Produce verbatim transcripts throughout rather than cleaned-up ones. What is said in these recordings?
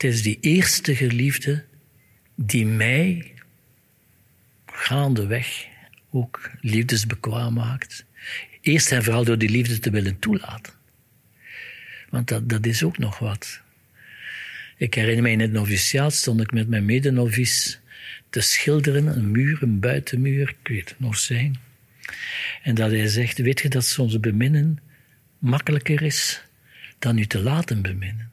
Het is die eerste liefde die mij gaandeweg ook liefdesbekwaam maakt. Eerst en vooral door die liefde te willen toelaten. Want dat, dat is ook nog wat. Ik herinner mij in het noviciaat stond ik met mijn medenovice te schilderen, een muur, een buitenmuur, ik weet het nog zijn. En dat hij zegt, weet je dat soms beminnen makkelijker is dan u te laten beminnen.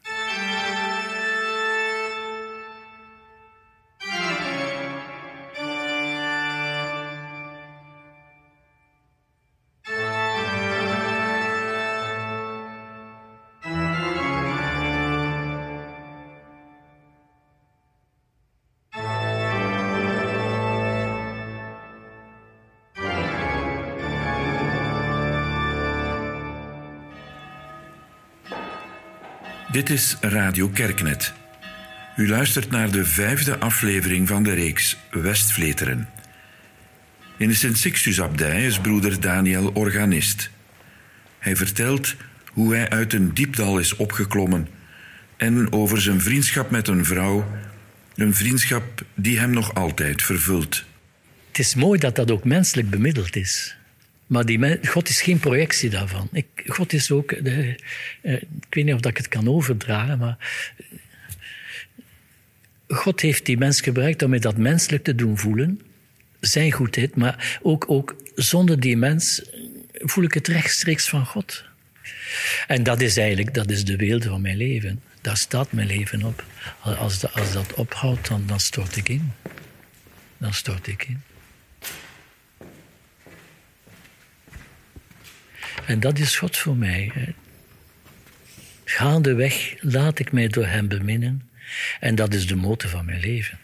Dit is Radio Kerknet. U luistert naar de vijfde aflevering van de reeks Westvleteren. In de Sint-Sixtus-abdij is broeder Daniel organist. Hij vertelt hoe hij uit een diepdal is opgeklommen en over zijn vriendschap met een vrouw, een vriendschap die hem nog altijd vervult. Het is mooi dat dat ook menselijk bemiddeld is. Maar die, God is geen projectie daarvan. Ik, God is ook... De, uh, ik weet niet of ik het kan overdragen, maar... God heeft die mens gebruikt om mij dat menselijk te doen voelen. Zijn goedheid, maar ook, ook zonder die mens voel ik het rechtstreeks van God. En dat is eigenlijk dat is de weelde van mijn leven. Daar staat mijn leven op. Als, de, als dat ophoudt, dan, dan stort ik in. Dan stort ik in. En dat is God voor mij. Gaandeweg laat ik mij door hem beminnen. En dat is de motor van mijn leven.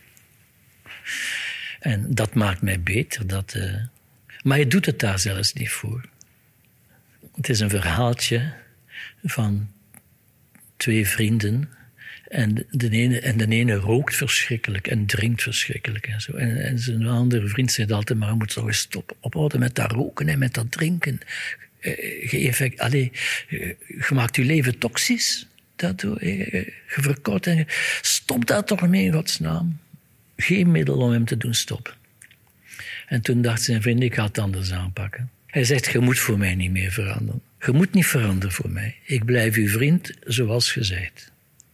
En dat maakt mij beter. Dat, uh... Maar hij doet het daar zelfs niet voor. Het is een verhaaltje van twee vrienden. En de ene, en de ene rookt verschrikkelijk en drinkt verschrikkelijk. En, zo. En, en zijn andere vriend zegt altijd, maar je moet zo eens stoppen. Ophouden met dat roken en met dat drinken. Je, effect, allez, je maakt je leven toxisch. Daardoor, je verkoudt en je, stop daar toch mee in godsnaam. Geen middel om hem te doen stoppen. En toen dacht zijn vriend, ik ga het anders aanpakken. Hij zegt, je moet voor mij niet meer veranderen. Je moet niet veranderen voor mij. Ik blijf uw vriend zoals je zijt.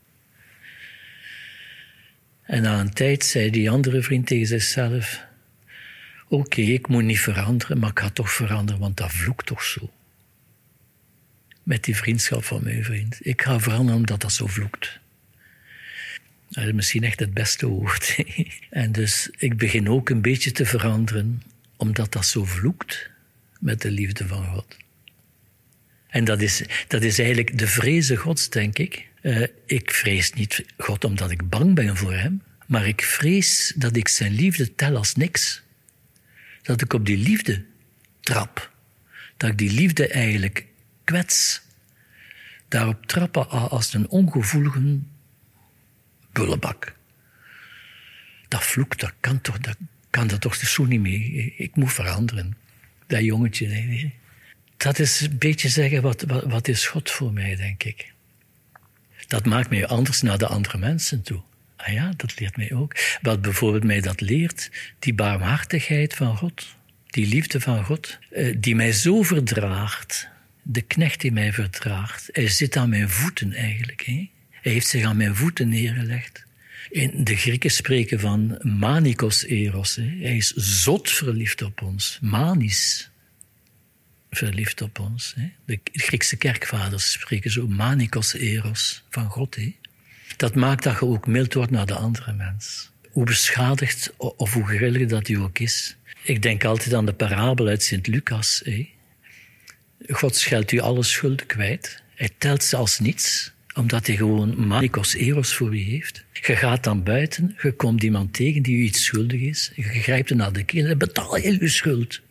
En na een tijd zei die andere vriend tegen zichzelf, oké, okay, ik moet niet veranderen, maar ik ga toch veranderen, want dat vloekt toch zo. Met die vriendschap van mijn vriend. Ik ga veranderen omdat dat zo vloekt. Dat is misschien echt het beste woord. En dus ik begin ook een beetje te veranderen, omdat dat zo vloekt met de liefde van God. En dat is, dat is eigenlijk de vreze Gods, denk ik. Uh, ik vrees niet God omdat ik bang ben voor hem, maar ik vrees dat ik zijn liefde tel als niks. Dat ik op die liefde trap. Dat ik die liefde eigenlijk kwets. Daarop trappen als een ongevoelige bullebak. Dat vloekt, dat kan toch, dat kan dat toch zo niet mee. Ik moet veranderen. Dat jongetje. Nee. Dat is een beetje zeggen, wat, wat, wat is God voor mij, denk ik. Dat maakt mij anders naar de andere mensen toe. Ah ja, dat leert mij ook. Wat bijvoorbeeld mij dat leert, die barmhartigheid van God, die liefde van God, die mij zo verdraagt, de knecht die mij verdraagt. Hij zit aan mijn voeten eigenlijk. Hè? Hij heeft zich aan mijn voeten neergelegd. In de Grieken spreken van manikos eros. Hè? Hij is zot verliefd op ons. Manis verliefd op ons. Hè? De Griekse kerkvaders spreken zo manikos eros van God. Hè? Dat maakt dat je ook mild wordt naar de andere mens. Hoe beschadigd of hoe grillig dat u ook is. Ik denk altijd aan de parabel uit Sint Lucas. Hè? God scheldt u alle schulden kwijt. Hij telt ze als niets, omdat hij gewoon manikos eros voor u heeft. Je gaat dan buiten, je komt iemand tegen die u iets schuldig is. Je grijpt hem naar de keel en betaal heel uw schuld.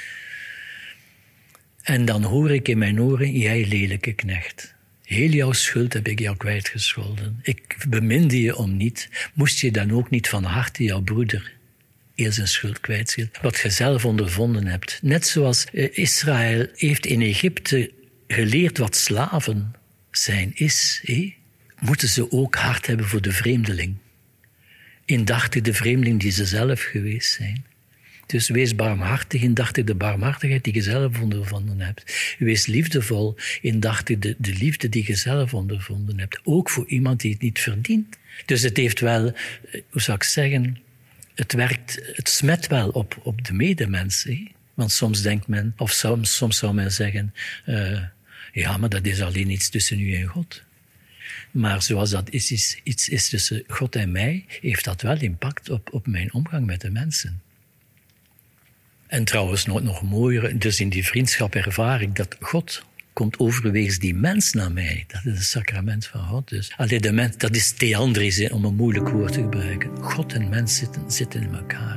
En dan hoor ik in mijn oren, jij lelijke knecht. Heel jouw schuld heb ik jou kwijtgescholden. Ik beminde je om niet. Moest je dan ook niet van harte jouw broeder heel zijn schuld kwijtschelden? Wat je zelf ondervonden hebt. Net zoals Israël heeft in Egypte geleerd wat slaven zijn is. Hé? moeten ze ook hart hebben voor de vreemdeling. Indachtig de vreemdeling die ze zelf geweest zijn. Dus wees barmhartig, indachtig de barmhartigheid die je zelf ondervonden hebt. Wees liefdevol, indachtig de, de liefde die je zelf ondervonden hebt. Ook voor iemand die het niet verdient. Dus het heeft wel, hoe zou ik zeggen, het werkt, het smet wel op, op de medemens. Hè? Want soms denkt men, of soms, soms zou men zeggen, uh, ja, maar dat is alleen iets tussen u en God. Maar zoals dat is, is, iets is tussen God en mij, heeft dat wel impact op, op mijn omgang met de mensen. En trouwens, nog, nog mooier, dus in die vriendschap ervaar ik dat God komt overwegens die mens naar mij. Dat is het sacrament van God. Dus. Allee, de mens, dat is theandrisch, om een moeilijk woord te gebruiken. God en mens zitten, zitten in elkaar.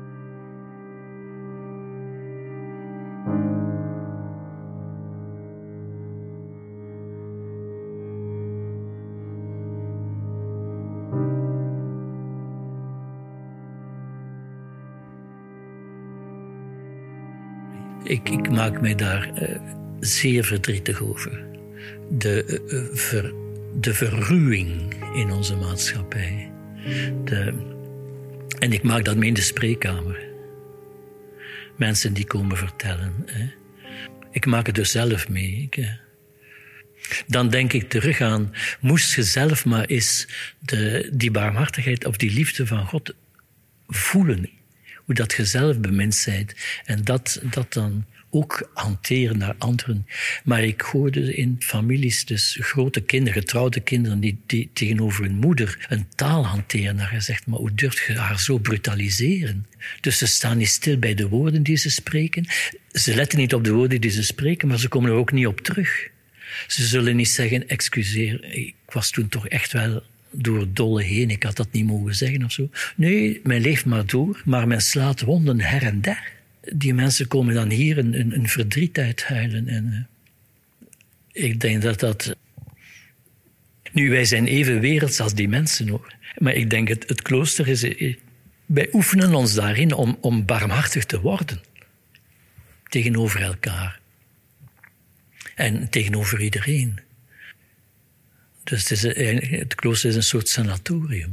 Ik, ik maak mij daar uh, zeer verdrietig over. De, uh, ver, de verruwing in onze maatschappij. De, en ik maak dat mee in de spreekkamer. Mensen die komen vertellen. Hè. Ik maak het dus zelf mee. Ik, uh. Dan denk ik terug aan, moest je zelf maar eens de, die barmhartigheid of die liefde van God voelen. Hoe dat je zelf bemind bent. En dat, dat dan ook hanteren naar anderen. Maar ik hoorde in families, dus grote kinderen, getrouwde kinderen, die, die tegenover hun moeder een taal hanteren. Daar je zegt, maar hoe durft je haar zo brutaliseren? Dus ze staan niet stil bij de woorden die ze spreken. Ze letten niet op de woorden die ze spreken, maar ze komen er ook niet op terug. Ze zullen niet zeggen, excuseer, ik was toen toch echt wel door het dolle heen, ik had dat niet mogen zeggen of zo. Nee, men leeft maar door, maar men slaat wonden her en der. Die mensen komen dan hier een, een, een verdriet uithuilen. En, uh, ik denk dat dat... Nu, wij zijn even werelds als die mensen, hoor. Maar ik denk, het, het klooster is... Uh, wij oefenen ons daarin om, om barmhartig te worden. Tegenover elkaar. En tegenover iedereen. Dus het, is een, het klooster is een soort sanatorium.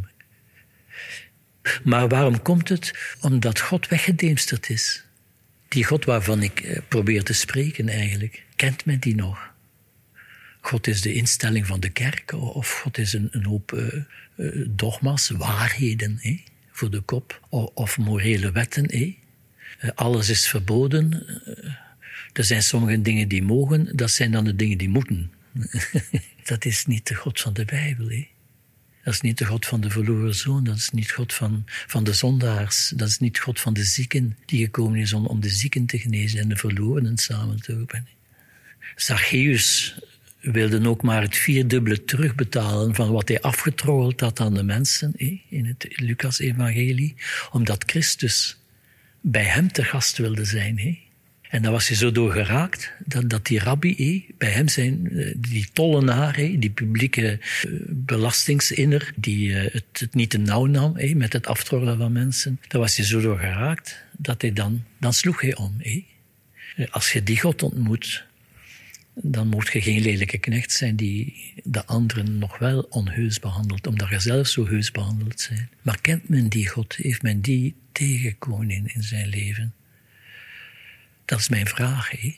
Maar waarom komt het? Omdat God weggedemsterd is. Die God waarvan ik probeer te spreken eigenlijk, kent men die nog? God is de instelling van de kerk, of God is een, een hoop uh, uh, dogma's, waarheden eh, voor de kop, of, of morele wetten. Eh. Uh, alles is verboden. Uh, er zijn sommige dingen die mogen, dat zijn dan de dingen die moeten. Dat is niet de God van de Bijbel. Eh. Dat is niet de God van de verloren zoon, dat is niet God van, van de zondaars, dat is niet God van de zieken die gekomen is om, om de zieken te genezen en de verlorenen samen te roepen. Zacchaeus wilde ook maar het vierdubbele terugbetalen van wat hij afgetroggeld had aan de mensen eh, in het Lucas-evangelie, omdat Christus bij hem te gast wilde zijn. Eh. En daar was hij zo door geraakt, dat, dat die rabbi, eh, bij hem zijn, die tollenaar, eh, die publieke eh, belastingsinner, die eh, het, het niet te nauw nam eh, met het aftroggelen van mensen, daar was hij zo door geraakt, dat hij dan, dan sloeg hij om. Eh. Als je die God ontmoet, dan moet je geen lelijke knecht zijn die de anderen nog wel onheus behandelt, omdat je zelf zo heus behandeld bent. Maar kent men die God? Heeft men die tegengekomen in, in zijn leven? Dat is mijn vraag, hè.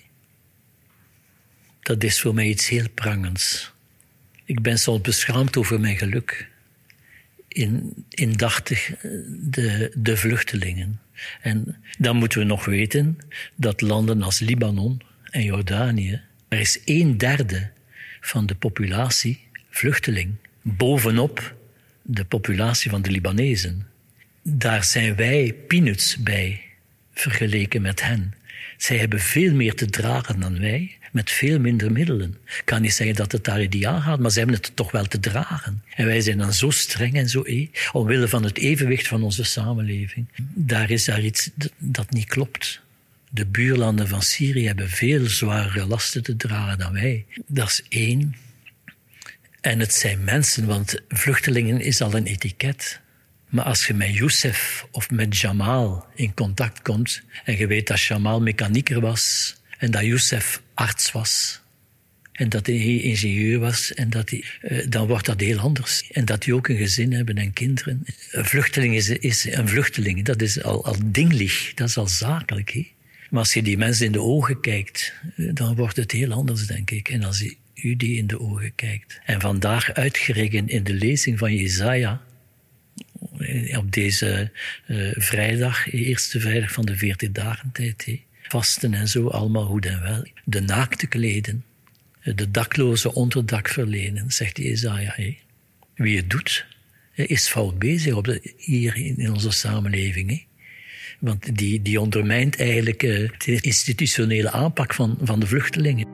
Dat is voor mij iets heel prangends. Ik ben soms beschaamd over mijn geluk. In, indachtig de, de vluchtelingen. En dan moeten we nog weten dat landen als Libanon en Jordanië, er is een derde van de populatie vluchteling. Bovenop de populatie van de Libanezen. Daar zijn wij peanuts bij, vergeleken met hen. Zij hebben veel meer te dragen dan wij, met veel minder middelen. Ik kan niet zeggen dat het daar ideaal gaat, maar ze hebben het toch wel te dragen. En wij zijn dan zo streng en zo, eh, omwille van het evenwicht van onze samenleving. Daar is daar iets dat niet klopt. De buurlanden van Syrië hebben veel zwaardere lasten te dragen dan wij. Dat is één. En het zijn mensen, want vluchtelingen is al een etiket. Maar als je met Youssef of met Jamal in contact komt en je weet dat Jamal mechanieker was en dat Youssef arts was en dat hij ingenieur was, en dat hij, uh, dan wordt dat heel anders. En dat die ook een gezin hebben en kinderen. Een vluchteling is, is een vluchteling, dat is al, al dinglich, dat is al zakelijk. He? Maar als je die mensen in de ogen kijkt, dan wordt het heel anders, denk ik. En als je u die in de ogen kijkt. En vandaar uitgerekend in de lezing van Jesaja, op deze uh, vrijdag, eerste vrijdag van de veertig dagen tijd, he? Vasten en zo, allemaal goed en wel. De naakte kleden, de dakloze onderdak verlenen, zegt Jesaja. He? Wie het doet, is fout bezig op de, hier in onze samenleving. He? Want die, die ondermijnt eigenlijk uh, de institutionele aanpak van, van de vluchtelingen.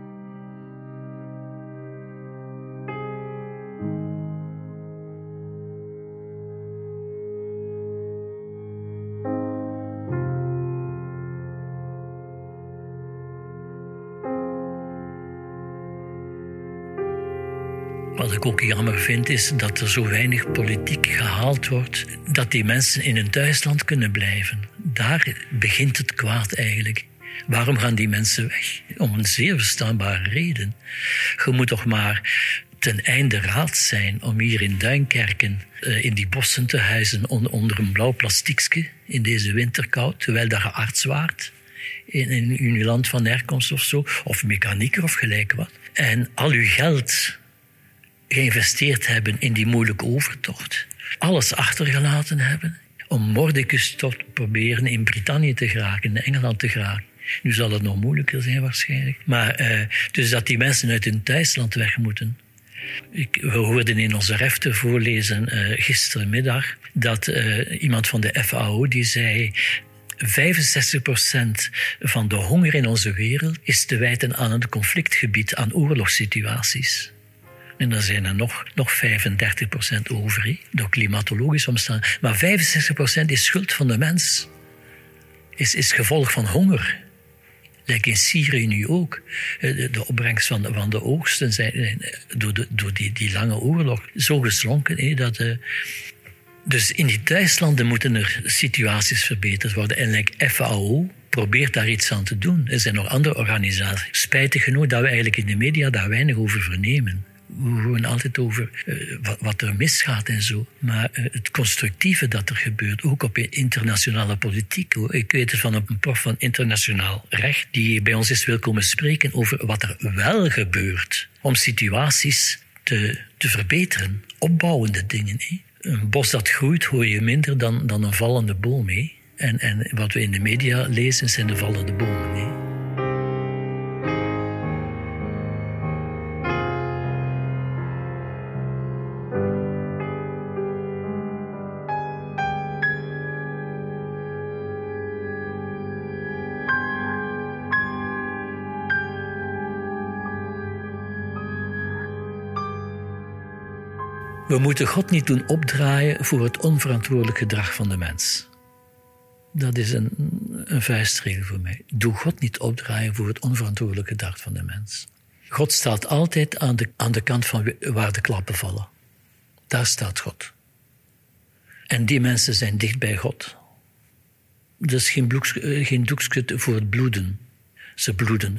Wat ik ook jammer vind, is dat er zo weinig politiek gehaald wordt, dat die mensen in hun thuisland kunnen blijven. Daar begint het kwaad eigenlijk. Waarom gaan die mensen weg? Om een zeer verstaanbare reden. Je moet toch maar ten einde raad zijn om hier in Duinkerken uh, in die bossen te huizen on- onder een blauw plastiekje in deze winterkoud, terwijl dat je arts waart in, in, in uw land van herkomst of zo, of mechanieker of gelijk wat. En al uw geld geïnvesteerd hebben in die moeilijke overtocht. Alles achtergelaten hebben om Mordecus tot proberen in Brittannië te geraken, in Engeland te geraken. Nu zal het nog moeilijker zijn waarschijnlijk. Maar uh, dus dat die mensen uit hun thuisland weg moeten. Ik, we hoorden in onze refter voorlezen uh, gisterenmiddag dat uh, iemand van de F A O die zei: vijfenzestig procent van de honger in onze wereld is te wijten aan een conflictgebied, aan oorlogssituaties. En dan zijn er nog, nog vijfendertig procent over, he, door klimatologische omstandigheden. Maar vijfenzestig procent is schuld van de mens. Is, is gevolg van honger. Lijkt in Syrië nu ook. De, de opbrengst van de, van de oogsten zijn door, de, door die, die lange oorlog zo geslonken. He, dat, uh, dus in die thuislanden moeten er situaties verbeterd worden. En like F A O probeert daar iets aan te doen. Er zijn nog andere organisaties. Spijtig genoeg dat we eigenlijk in de media daar weinig over vernemen. We horen altijd over uh, wat, wat er misgaat en zo. Maar uh, het constructieve dat er gebeurt, ook op internationale politiek. Hoor. Ik weet het van een prof van internationaal recht, die bij ons is wil komen spreken over wat er wel gebeurt. Om situaties te, te verbeteren. Opbouwende dingen. Hé. Een bos dat groeit hoor je minder dan, dan een vallende boom. Hé. En, en wat we in de media lezen zijn de vallende bomen. Hé. We moeten God niet doen opdraaien voor het onverantwoordelijk gedrag van de mens. Dat is een, een vuistregel voor mij. Doe God niet opdraaien voor het onverantwoordelijk gedrag van de mens. God staat altijd aan de, aan de kant van waar de klappen vallen. Daar staat God. En die mensen zijn dicht bij God. Dat is geen, bloeks, geen doekje voor het bloeden. Ze bloeden.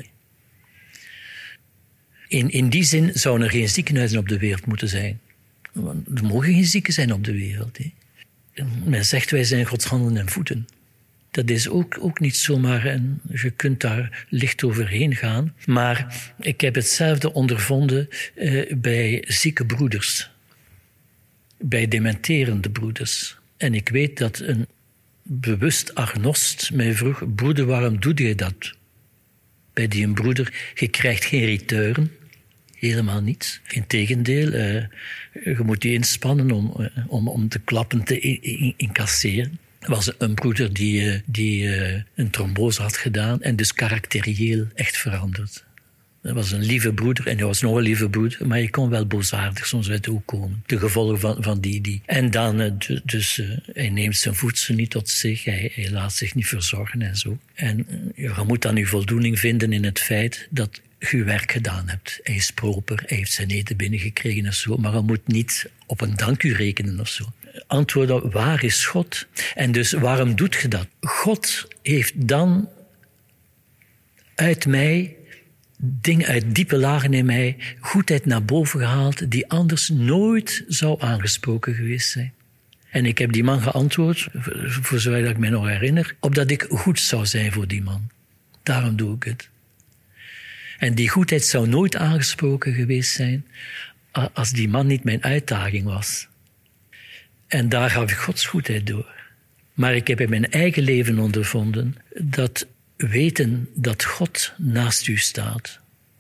In, in die zin zouden er geen ziekenhuizen op de wereld moeten zijn. Er mogen geen zieken zijn op de wereld. Hè. Men zegt, wij zijn Gods handen en voeten. Dat is ook, ook niet zomaar, en je kunt daar licht overheen gaan. Maar ik heb hetzelfde ondervonden uh, bij zieke broeders. Bij dementerende broeders. En ik weet dat een bewust agnost mij vroeg: broeder, waarom doe je dat? Bij die een broeder, je krijgt geen return. Helemaal niets. Integendeel, uh, je moet je inspannen om, uh, om, om de klappen te in- incasseren. Er was een broeder die, uh, die uh, een trombose had gedaan en dus karakterieel echt veranderd. Dat was een lieve broeder en hij was nog een lieve broeder, maar je kon wel boosaardig soms uit de hoek komen. De gevolgen van, van die, die. En dan, uh, dus uh, hij neemt zijn voedsel niet tot zich, hij, hij laat zich niet verzorgen en zo. En uh, je moet dan je voldoening vinden in het feit dat je werk gedaan hebt. Hij is proper, hij heeft zijn eten binnengekregen of zo, maar je moet niet op een dank u rekenen of zo. Antwoord op, waar is God? En dus, waarom doet je dat? God heeft dan uit mij dingen uit diepe lagen in mij, goedheid naar boven gehaald, die anders nooit zou aangesproken geweest zijn. En ik heb die man geantwoord, voor zover ik me nog herinner, opdat ik goed zou zijn voor die man. Daarom doe ik het. En die goedheid zou nooit aangesproken geweest zijn als die man niet mijn uitdaging was. En daar gaf ik Gods goedheid door. Maar ik heb in mijn eigen leven ondervonden dat weten dat God naast u staat,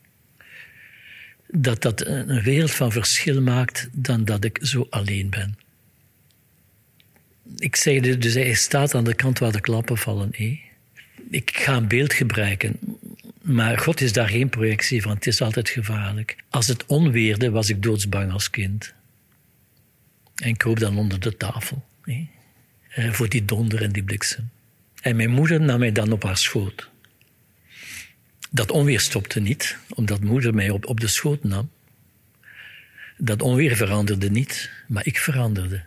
dat dat een wereld van verschil maakt dan dat ik zo alleen ben. Ik zeg dus, hij staat aan de kant waar de klappen vallen. Hé. Ik ga een beeld gebruiken, maar God is daar geen projectie van. Het is altijd gevaarlijk. Als het onweerde, was ik doodsbang als kind. En ik kroop dan onder de tafel. Hé. Voor die donder en die bliksem. En mijn moeder nam mij dan op haar schoot. Dat onweer stopte niet, omdat moeder mij op, op de schoot nam. Dat onweer veranderde niet, maar ik veranderde.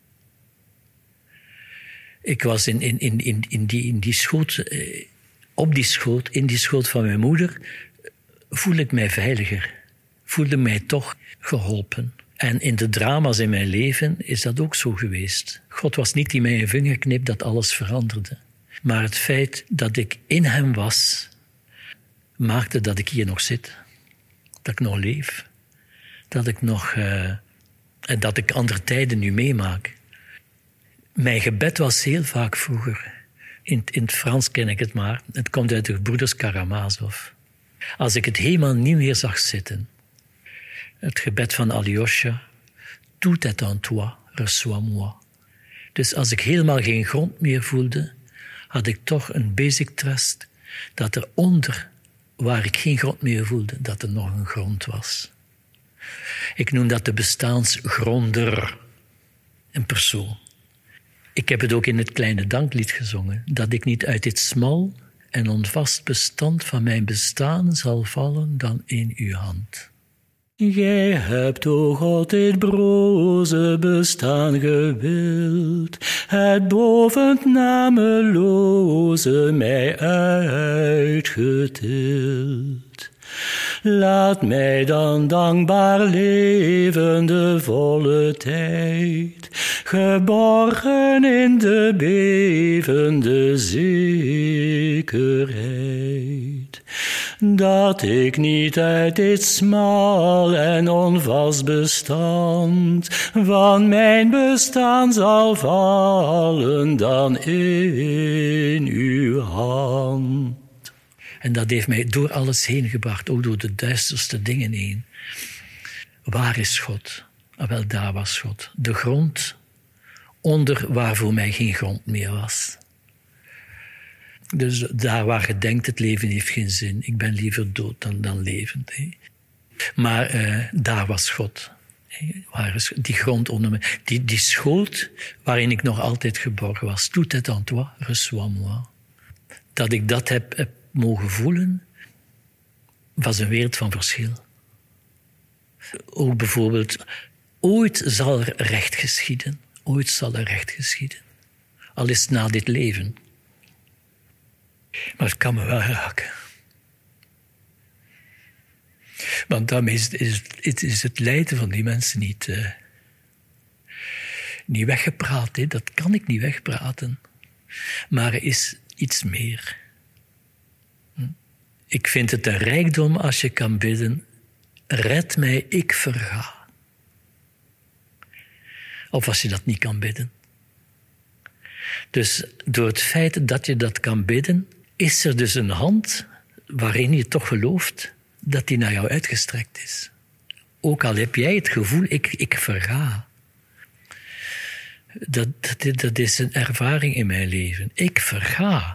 Ik was in, in, in, in, in, die, in die schoot, eh, op die schoot, in die schoot van mijn moeder, voelde ik mij veiliger. Voelde mij toch geholpen. En in de drama's in mijn leven is dat ook zo geweest. God was niet die mij een vinger knipt dat alles veranderde. Maar het feit dat ik in hem was, maakte dat ik hier nog zit. Dat ik nog leef. Dat ik nog... Uh, en dat ik andere tijden nu meemaak. Mijn gebed was heel vaak vroeger. In, in het Frans ken ik het maar. Het komt uit de gebroeders Karamazov. Als ik het helemaal niet meer zag zitten. Het gebed van Alyosha. Tout est en toi, reçois-moi. Dus als ik helemaal geen grond meer voelde, had ik toch een basic trust dat er onder, waar ik geen grond meer voelde, dat er nog een grond was. Ik noem dat de bestaansgronder, een persoon. Ik heb het ook in het kleine danklied gezongen, dat ik niet uit dit smal en onvast bestand van mijn bestaan zal vallen dan in uw hand. Gij hebt, o God, dit broze bestaan gewild, het bovennameloze mij uitgetild. Laat mij dan dankbaar leven de volle tijd, geborgen in de bevende zekerheid, dat ik niet uit dit smal en onvast bestand van mijn bestaan zal vallen dan in uw hand. En dat heeft mij door alles heen gebracht, ook door de duisterste dingen heen. Waar is God? Ah, wel, daar was God. De grond onder waar voor mij geen grond meer was. Dus daar waar je denkt, het leven heeft geen zin. Ik ben liever dood dan, dan levend. Hè. Maar uh, daar was God. Waar is die grond onder me? Die, die schoot waarin ik nog altijd geborgen was. Tout est en toi, reçois-moi. Dat ik dat heb, heb mogen voelen, was een wereld van verschil. Ook bijvoorbeeld, ooit zal er recht geschieden. Ooit zal er recht geschieden. Al is het na dit leven. Maar het kan me wel raken. Want daarmee is, is, het, is het lijden van die mensen niet, uh, niet weggepraat. Hè. Dat kan ik niet wegpraten. Maar er is iets meer. Hm? Ik vind het een rijkdom als je kan bidden, red mij, ik verga. Of als je dat niet kan bidden. Dus door het feit dat je dat kan bidden, is er dus een hand waarin je toch gelooft dat die naar jou uitgestrekt is. Ook al heb jij het gevoel, ik, ik verga. Dat, dat, dat is een ervaring in mijn leven. Ik verga.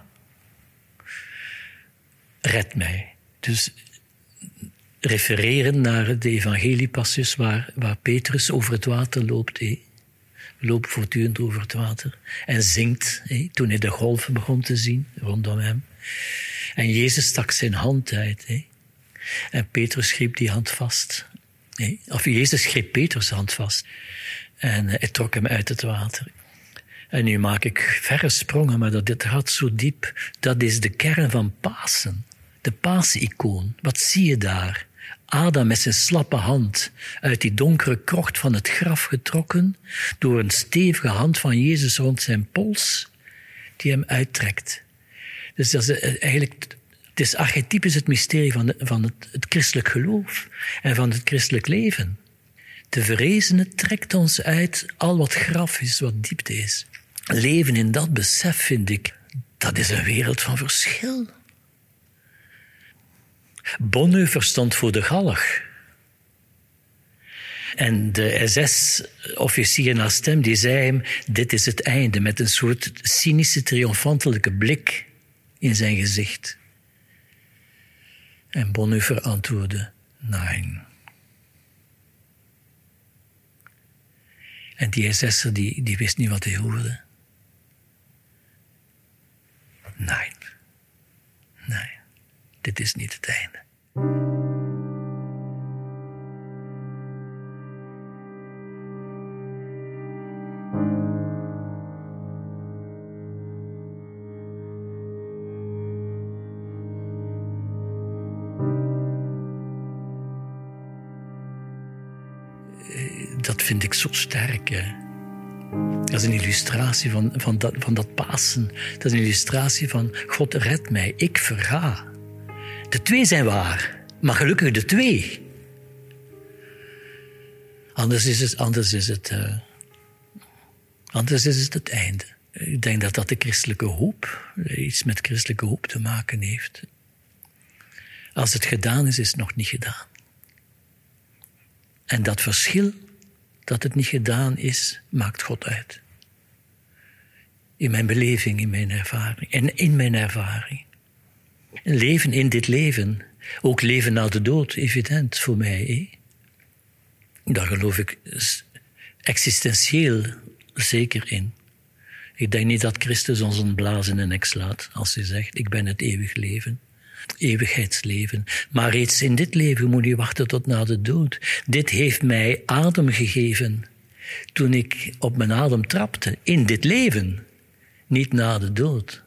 Red mij. Dus refereren naar de evangeliepassus waar, waar Petrus over het water loopt. Hé. Loopt voortdurend over het water. En zingt, hé, toen hij de golven begon te zien rondom hem. En Jezus stak zijn hand uit. Hé. En Petrus greep die hand vast. Hé. Of Jezus greep Petrus hand vast. En hij trok hem uit het water. En nu maak ik verre sprongen, maar dat dit gaat zo diep. Dat is de kern van Pasen. De paasicoon, wat zie je daar? Adam met zijn slappe hand uit die donkere krocht van het graf getrokken, door een stevige hand van Jezus rond zijn pols, die hem uittrekt. Dus dat is eigenlijk, het is archetypisch het mysterie van, de, van het, het christelijk geloof en van het christelijk leven. De verrezene trekt ons uit al wat graf is, wat diepte is. Leven in dat besef, vind ik, dat is een wereld van verschil. Bonhoeffer stond voor de galg. En de S S-officier naast hem, die zei hem, dit is het einde, met een soort cynische, triomfantelijke blik in zijn gezicht. En Bonhoeffer antwoordde, nee. En die S S'er, die, die wist niet wat hij hoorde. Nee. Nee. Dit is niet het einde. Dat vind ik zo sterk. Hè. Dat is een illustratie van, van, dat, van dat Pasen. Dat is een illustratie van God red mij, ik verga. De twee zijn waar, maar gelukkig de twee. Anders is het, anders is het, uh, anders is het het einde. Ik denk dat dat de christelijke hoop, iets met christelijke hoop te maken heeft. Als het gedaan is, is het nog niet gedaan. En dat verschil, dat het niet gedaan is, maakt God uit. In mijn beleving, in mijn ervaring. En in mijn ervaring. Leven in dit leven. Ook leven na de dood, evident voor mij. Eh? Daar geloof ik existentieel zeker in. Ik denk niet dat Christus ons een blaas in een nek slaat als hij zegt, ik ben het eeuwig leven. Eeuwigheidsleven. Maar reeds in dit leven moet je wachten tot na de dood. Dit heeft mij adem gegeven toen ik op mijn adem trapte. In dit leven. Niet na de dood.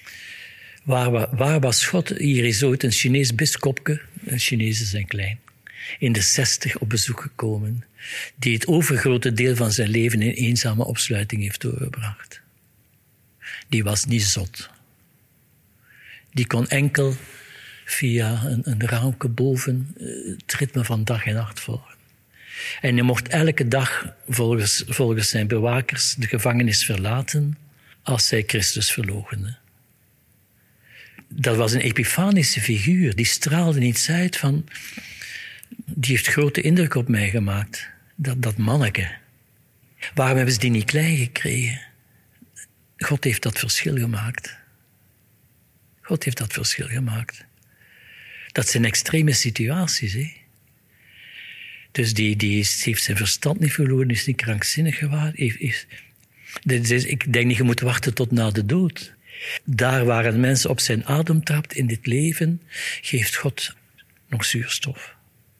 Waar, waar was God? Hier is ooit een Chinees biskopke, de Chinezen zijn klein, in de zestig op bezoek gekomen, die het overgrote deel van zijn leven in eenzame opsluiting heeft doorgebracht. Die was niet zot. Die kon enkel via een, een raamke boven het ritme van dag en nacht volgen. En hij mocht elke dag volgens, volgens zijn bewakers de gevangenis verlaten als zij Christus verloochende. Dat was een epifanische figuur. Die straalde iets uit van... Die heeft grote indruk op mij gemaakt. Dat, dat manneke. Waarom hebben ze die niet klein gekregen? God heeft dat verschil gemaakt. God heeft dat verschil gemaakt. Dat zijn extreme situaties, hè. Dus die, die is, heeft zijn verstand niet verloren, is niet krankzinnig geworden. Is, is, dus ik denk niet, je moet wachten tot na de dood. Daar waar een mens op zijn adem trapt in dit leven, geeft God nog zuurstof.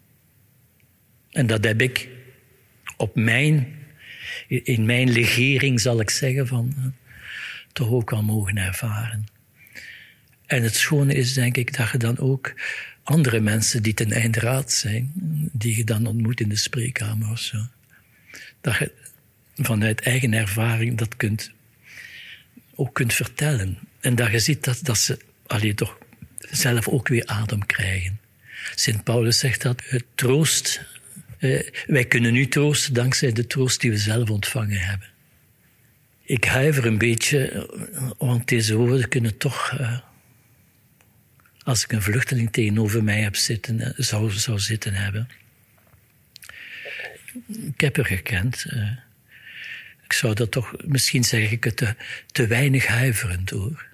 En dat heb ik op mijn, in mijn legering, zal ik zeggen, van, toch ook al mogen ervaren. En het schone is, denk ik, dat je dan ook andere mensen die ten einde raad zijn, die je dan ontmoet in de spreekkamer of zo, dat je vanuit eigen ervaring dat kunt, ook kunt vertellen. En dat je ziet dat, dat ze allee, toch zelf ook weer adem krijgen. Sint Paulus zegt dat, het troost, eh, wij kunnen nu troosten dankzij de troost die we zelf ontvangen hebben. Ik huiver een beetje, want deze woorden kunnen toch... Uh, als ik een vluchteling tegenover mij heb zitten, zou, zou zitten hebben. Ik heb haar gekend. Uh, ik zou dat toch, misschien zeg ik het te, te weinig huiverend hoor.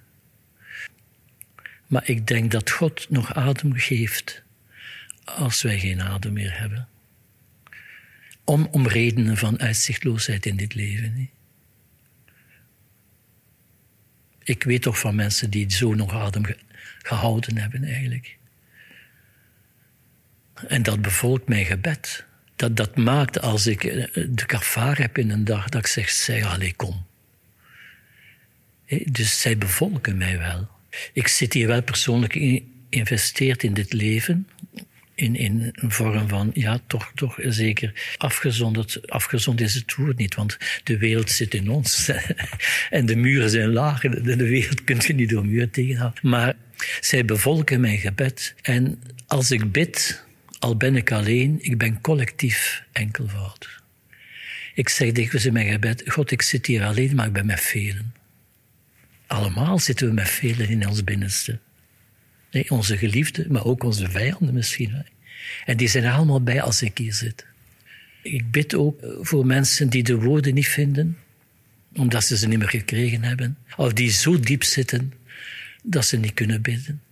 Maar ik denk dat God nog adem geeft als wij geen adem meer hebben. Om, om redenen van uitzichtloosheid in dit leven. Hè. Ik weet toch van mensen die zo nog adem ge- gehouden hebben eigenlijk. En dat bevolkt mijn gebed. Dat, dat maakt als ik de kafaar heb in een dag, dat ik zeg, zeg, allee, kom. Dus zij bevolken mij wel. Ik zit hier wel persoonlijk in, geïnvesteerd in dit leven. In, in een vorm van, ja, toch, toch zeker afgezonderd. Afgezond is het woord niet, want de wereld zit in ons. En de muren zijn laag. De, de wereld kun je niet door muren tegenhouden. Maar zij bevolken mijn gebed. En als ik bid, al ben ik alleen, ik ben collectief enkelvoud. Ik zeg dikwijls in mijn gebed, God, ik zit hier alleen, maar ik ben met velen. Allemaal zitten we met velen in ons binnenste. Nee, onze geliefden, maar ook onze vijanden misschien. En die zijn er allemaal bij als ik hier zit. Ik bid ook voor mensen die de woorden niet vinden, omdat ze ze niet meer gekregen hebben. Of die zo diep zitten, dat ze niet kunnen bidden.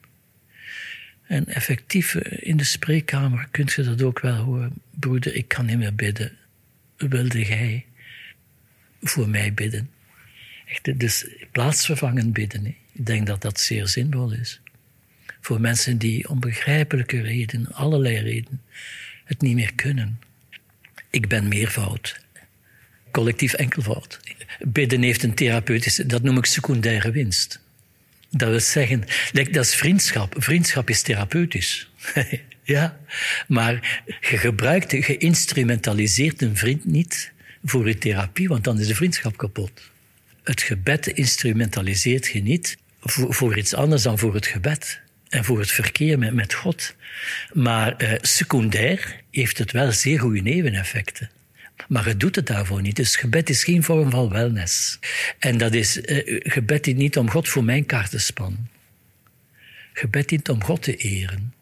En effectief, in de spreekkamer kun je dat ook wel horen. Broeder, ik kan niet meer bidden. Wilde jij voor mij bidden? Echt, dus plaatsvervangend bidden. Hè. Ik denk dat dat zeer zinvol is. Voor mensen die om begrijpelijke redenen, allerlei redenen, het niet meer kunnen. Ik ben meervoud. Collectief enkelvoud. Bidden heeft een therapeutische, dat noem ik secundaire winst. Dat wil zeggen, dat is vriendschap. Vriendschap is therapeutisch. Ja, maar je gebruikt, je instrumentaliseert een vriend niet voor je therapie, want dan is de vriendschap kapot. Het gebed instrumentaliseert je niet voor, voor iets anders dan voor het gebed. En voor het verkeer met, met God. Maar eh, secundair heeft het wel zeer goede neveneffecten. Maar het doet het daarvoor niet. Dus gebed is geen vorm van wellness. En dat is, eh, gebed dient niet om God voor mijn kaart te spannen. Gebed dient om God te eren.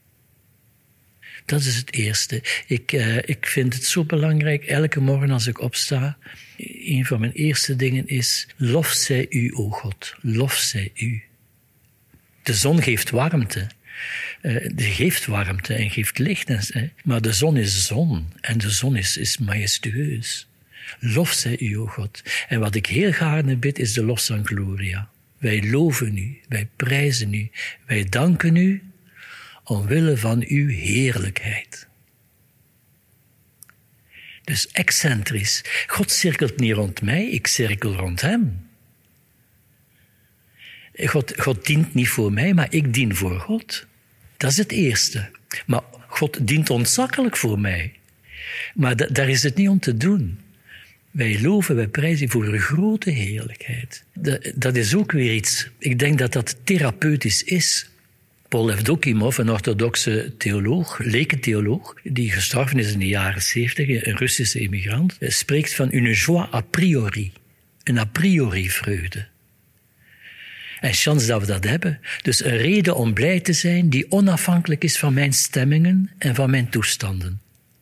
Dat is het eerste. Ik, uh, ik vind het zo belangrijk, elke morgen als ik opsta, een van mijn eerste dingen is, lof zij u, o God, lof zij u. De zon geeft warmte. Uh, die geeft warmte en geeft licht. En, maar de zon is zon en de zon is, is majestueus. Lof zij u, o God. En wat ik heel gaarne bid, is de lofzang Gloria. Wij loven u, wij prijzen u, wij danken u omwille van uw heerlijkheid. Dus excentrisch. God cirkelt niet rond mij, ik cirkel rond hem. God, God dient niet voor mij, maar ik dien voor God. Dat is het eerste. Maar God dient ontzakkelijk voor mij. Maar da- daar is het niet om te doen. Wij loven, wij prijzen voor uw grote heerlijkheid. Dat, dat is ook weer iets. Ik denk dat dat therapeutisch is. Paul Evdokimov, een orthodoxe theoloog, lekentheoloog, die gestorven is in de jaren zeventig, een Russische immigrant, spreekt van une joie a priori. Een a priori vreugde. En chance dat we dat hebben. Dus een reden om blij te zijn die onafhankelijk is van mijn stemmingen en van mijn toestanden.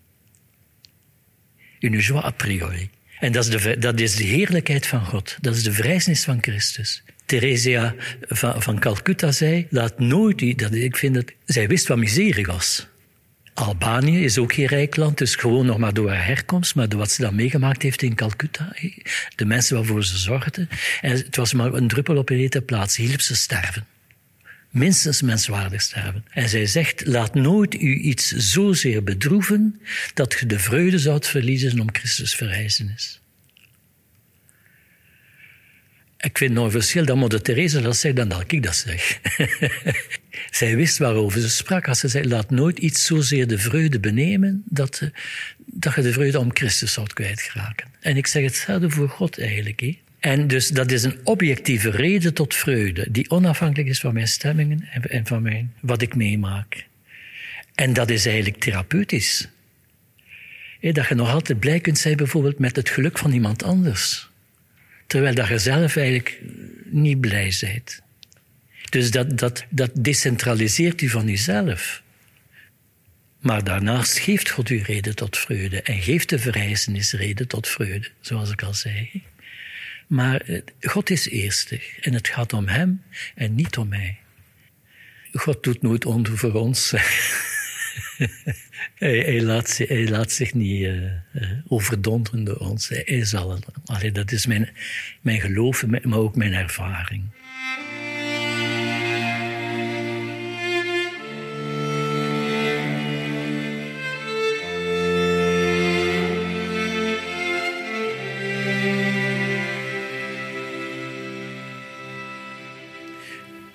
Une joie a priori. En dat is, de, dat is de heerlijkheid van God. Dat is de vrijzenis van Christus. Theresia van, van Calcutta zei, laat nooit, dat, ik vind dat, zij wist wat miserie was. Albanië is ook geen rijk land, dus gewoon nog maar door haar herkomst, maar door wat ze dan meegemaakt heeft in Calcutta, de mensen waarvoor ze zorgde. En het was maar een druppel op een hete plaats, hielp ze sterven. Minstens menswaardig sterven. En zij zegt, laat nooit u iets zozeer bedroeven, dat je de vreugde zoudt verliezen om Christus verrijzenis. Ik vind nog een verschil dat Moeder Teresa dat zegt dan dat ik dat zeg. Zij wist waarover ze sprak als ze zei, laat nooit iets zozeer de vreugde benemen dat, uh, dat je de vreugde om Christus zou kwijtraken. En ik zeg hetzelfde voor God eigenlijk. He. En dus dat is een objectieve reden tot vreugde, die onafhankelijk is van mijn stemmingen en, en van mijn, wat ik meemaak. En dat is eigenlijk therapeutisch. He, dat je nog altijd blij kunt zijn bijvoorbeeld met het geluk van iemand anders. Terwijl dat je zelf eigenlijk niet blij bent. Dus dat, dat, dat decentraliseert u van uzelf. Maar daarnaast geeft God u reden tot vreugde. En geeft de verrijzenis reden tot vreugde, zoals ik al zei. Maar God is eerstig. En het gaat om hem en niet om mij. God doet nooit onder voor ons. Hij, hij, laat, hij laat zich niet uh, uh, overdonderen door ons. Hij, hij zal het. Allee, dat is mijn, mijn geloof, maar ook mijn ervaring.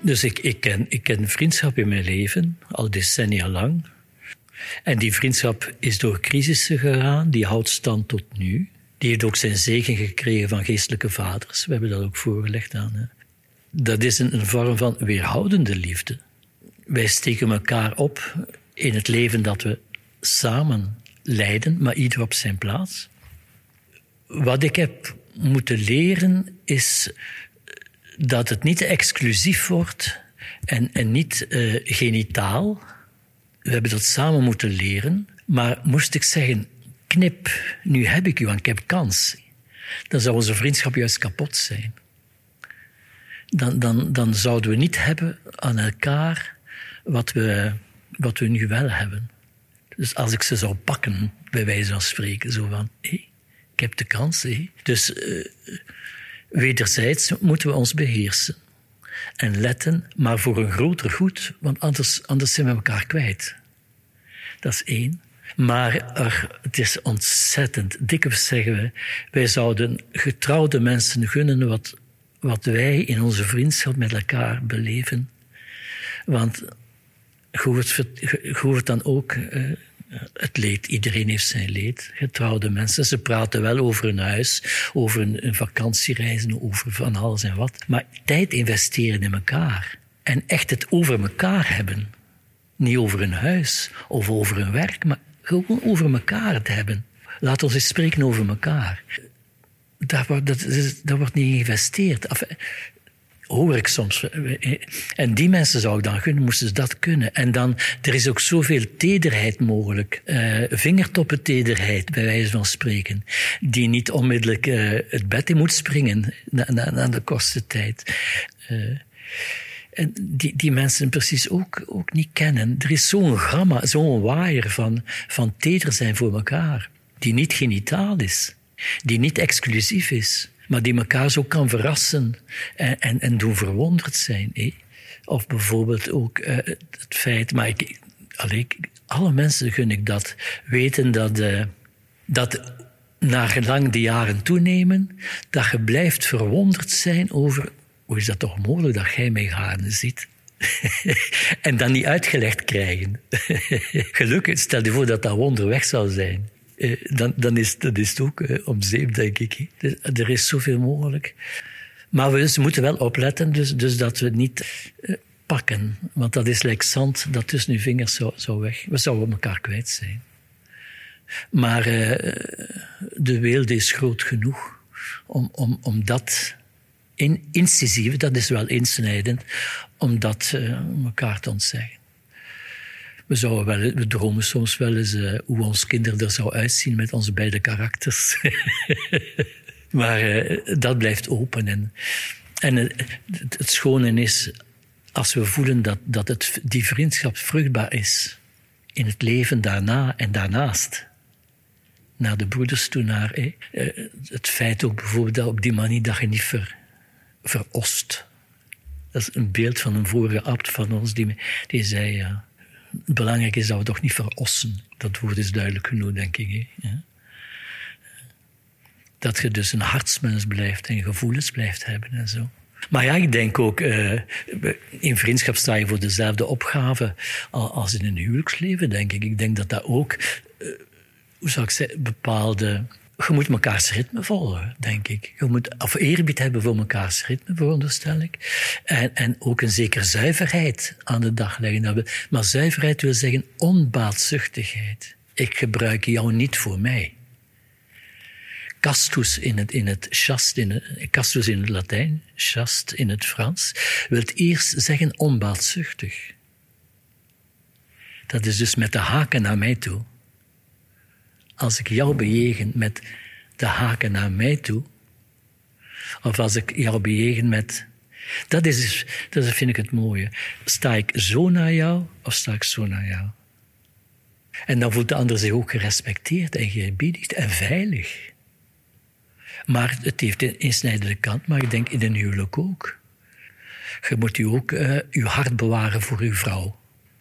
Dus ik, ik, ken, ik ken vriendschap in mijn leven, al decennia lang. En die vriendschap is door crisissen gegaan, die houdt stand tot nu. Die heeft ook zijn zegen gekregen van geestelijke vaders. We hebben dat ook voorgelegd aan. Hè. Dat is een, een vorm van weerhoudende liefde. Wij steken elkaar op in het leven dat we samen leiden, maar ieder op zijn plaats. Wat ik heb moeten leren is dat het niet exclusief wordt en, en niet uh, genitaal. We hebben dat samen moeten leren. Maar moest ik zeggen, knip, nu heb ik u, want ik heb kans. Dan zou onze vriendschap juist kapot zijn. Dan, dan, dan zouden we niet hebben aan elkaar wat we, wat we nu wel hebben. Dus als ik ze zou pakken, bij wijze van spreken, zo van, hé, hey, ik heb de kans, hé. Hey. Dus uh, wederzijds moeten we ons beheersen. En letten, maar voor een groter goed, want anders, anders zijn we elkaar kwijt. Dat is één. Maar er, het is ontzettend. Dikwijls zeggen we, wij zouden getrouwde mensen gunnen wat, wat wij in onze vriendschap met elkaar beleven. Want je hoort, je hoort dan ook uh, het leed. Iedereen heeft zijn leed. Getrouwde mensen, ze praten wel over een huis, over een, een vakantiereizen, over van alles en wat. Maar tijd investeren in elkaar. En echt het over elkaar hebben. Niet over een huis of over een werk, maar gewoon over elkaar te hebben. Laat ons eens spreken over elkaar. Daar wordt, dat, dat wordt niet geïnvesteerd. Enfin, hoor ik soms. En die mensen zou ik dan gunnen, moesten ze dat kunnen. En dan, er is ook zoveel tederheid mogelijk. Uh, vingertoppentederheid, bij wijze van spreken. Die niet onmiddellijk uh, het bed in moet springen na, na, na de kortste tijd. Uh, En die, die mensen precies ook, ook niet kennen. Er is zo'n gamma, zo'n waaier van, van teder zijn voor elkaar. Die niet genitaal is. Die niet exclusief is. Maar die elkaar zo kan verrassen en, en, en doen verwonderd zijn. Eh? Of bijvoorbeeld ook uh, het feit... Maar ik, allee, alle mensen gun ik dat. Weten dat, uh, dat naar gelang de jaren toenemen, dat je blijft verwonderd zijn over... Hoe is dat toch mogelijk dat jij mij gaarne ziet? En dan niet uitgelegd krijgen. Gelukkig, stel je voor dat dat wonder weg zou zijn. Uh, dan, dan is, dat is het ook uh, om zeep, denk ik. Dus, er is zoveel mogelijk. Maar we dus moeten wel opletten, dus, dus dat we het niet uh, pakken. Want dat is like zand dat tussen je vingers zou, zou weg. We zouden elkaar kwijt zijn. Maar uh, de weelde is groot genoeg om, om, om dat... In, incisief, dat is wel insnijdend, om dat uh, elkaar te ontzeggen. We, zouden wel, we dromen soms wel eens uh, hoe ons kinderen er zou uitzien met onze beide karakters. Maar uh, dat blijft open. En, en uh, het, het schone is, als we voelen dat, dat het, die vriendschap vruchtbaar is, in het leven daarna en daarnaast... Naar de broeders toe, naar eh, uh, het feit ook bijvoorbeeld dat op die manier dat je niet ver... verost. Dat is een beeld van een vorige abt van ons die, die zei, ja, belangrijk is dat we toch niet verossen. Dat woord is duidelijk genoeg, denk ik. Hè? Ja. Dat je dus een hartsmens blijft en gevoelens blijft hebben en zo. Maar ja, ik denk ook, uh, in vriendschap sta je voor dezelfde opgave als in een huwelijksleven, denk ik. Ik denk dat dat ook, uh, hoe zou ik zeggen, bepaalde... Je moet mekaars ritme volgen, denk ik. Je moet of eerbied hebben voor mekaars ritme, veronderstel ik. En, en ook een zekere zuiverheid aan de dag leggen. Maar zuiverheid wil zeggen onbaatzuchtigheid. Ik gebruik jou niet voor mij. Castus in het, in het chast, in het, castus in het Latijn, chast in het Frans, wil eerst zeggen onbaatzuchtig. Dat is dus met de haken naar mij toe. Als ik jou bejegen met de haken naar mij toe, of als ik jou bejegen met... Dat, is, dat vind ik het mooie. Sta ik zo naar jou, of sta ik zo naar jou? En dan voelt de ander zich ook gerespecteerd en geëerbiedigd en veilig. Maar het heeft een insnijdende kant, maar ik denk in een huwelijk ook. Je moet u ook uh, uw hart bewaren voor uw vrouw.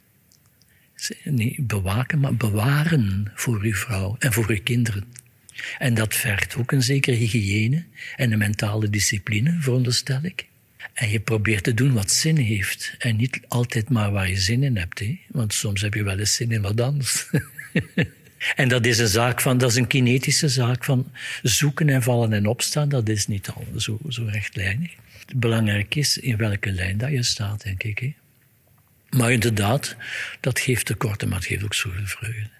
Niet bewaken, maar bewaren voor uw vrouw en voor uw kinderen. En dat vergt ook een zekere hygiëne en een mentale discipline, veronderstel ik. En je probeert te doen wat zin heeft. En niet altijd maar waar je zin in hebt. Hè? Want soms heb je wel eens zin in wat anders. En dat is een zaak van, dat is een kinetische zaak van zoeken en vallen en opstaan. Dat is niet al zo, zo rechtlijnig. Belangrijk is in welke lijn dat je staat, denk ik. Hè? Maar inderdaad, dat geeft tekorten, maar het geeft ook zoveel vreugde.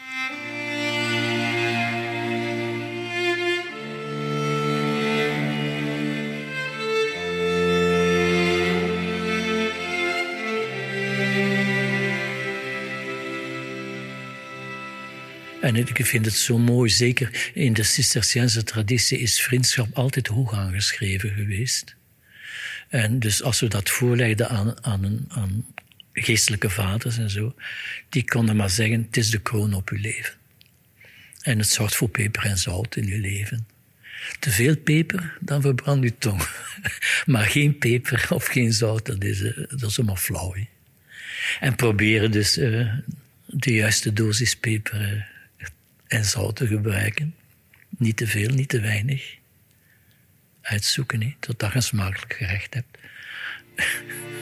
En ik vind het zo mooi, zeker in de Cisterciënse traditie is vriendschap altijd hoog aangeschreven geweest. En dus als we dat voorlegden aan, aan, aan geestelijke vaders en zo, die konden maar zeggen, het is de kroon op uw leven. En het zorgt voor peper en zout in uw leven. Te veel peper, dan verbrandt uw tong. Maar geen peper of geen zout, dat is, uh, dat is helemaal flauw. He. En proberen dus uh, de juiste dosis peper uh, en zout te gebruiken. Niet te veel, niet te weinig. Uitzoeken, he, totdat je een smakelijk gerecht hebt.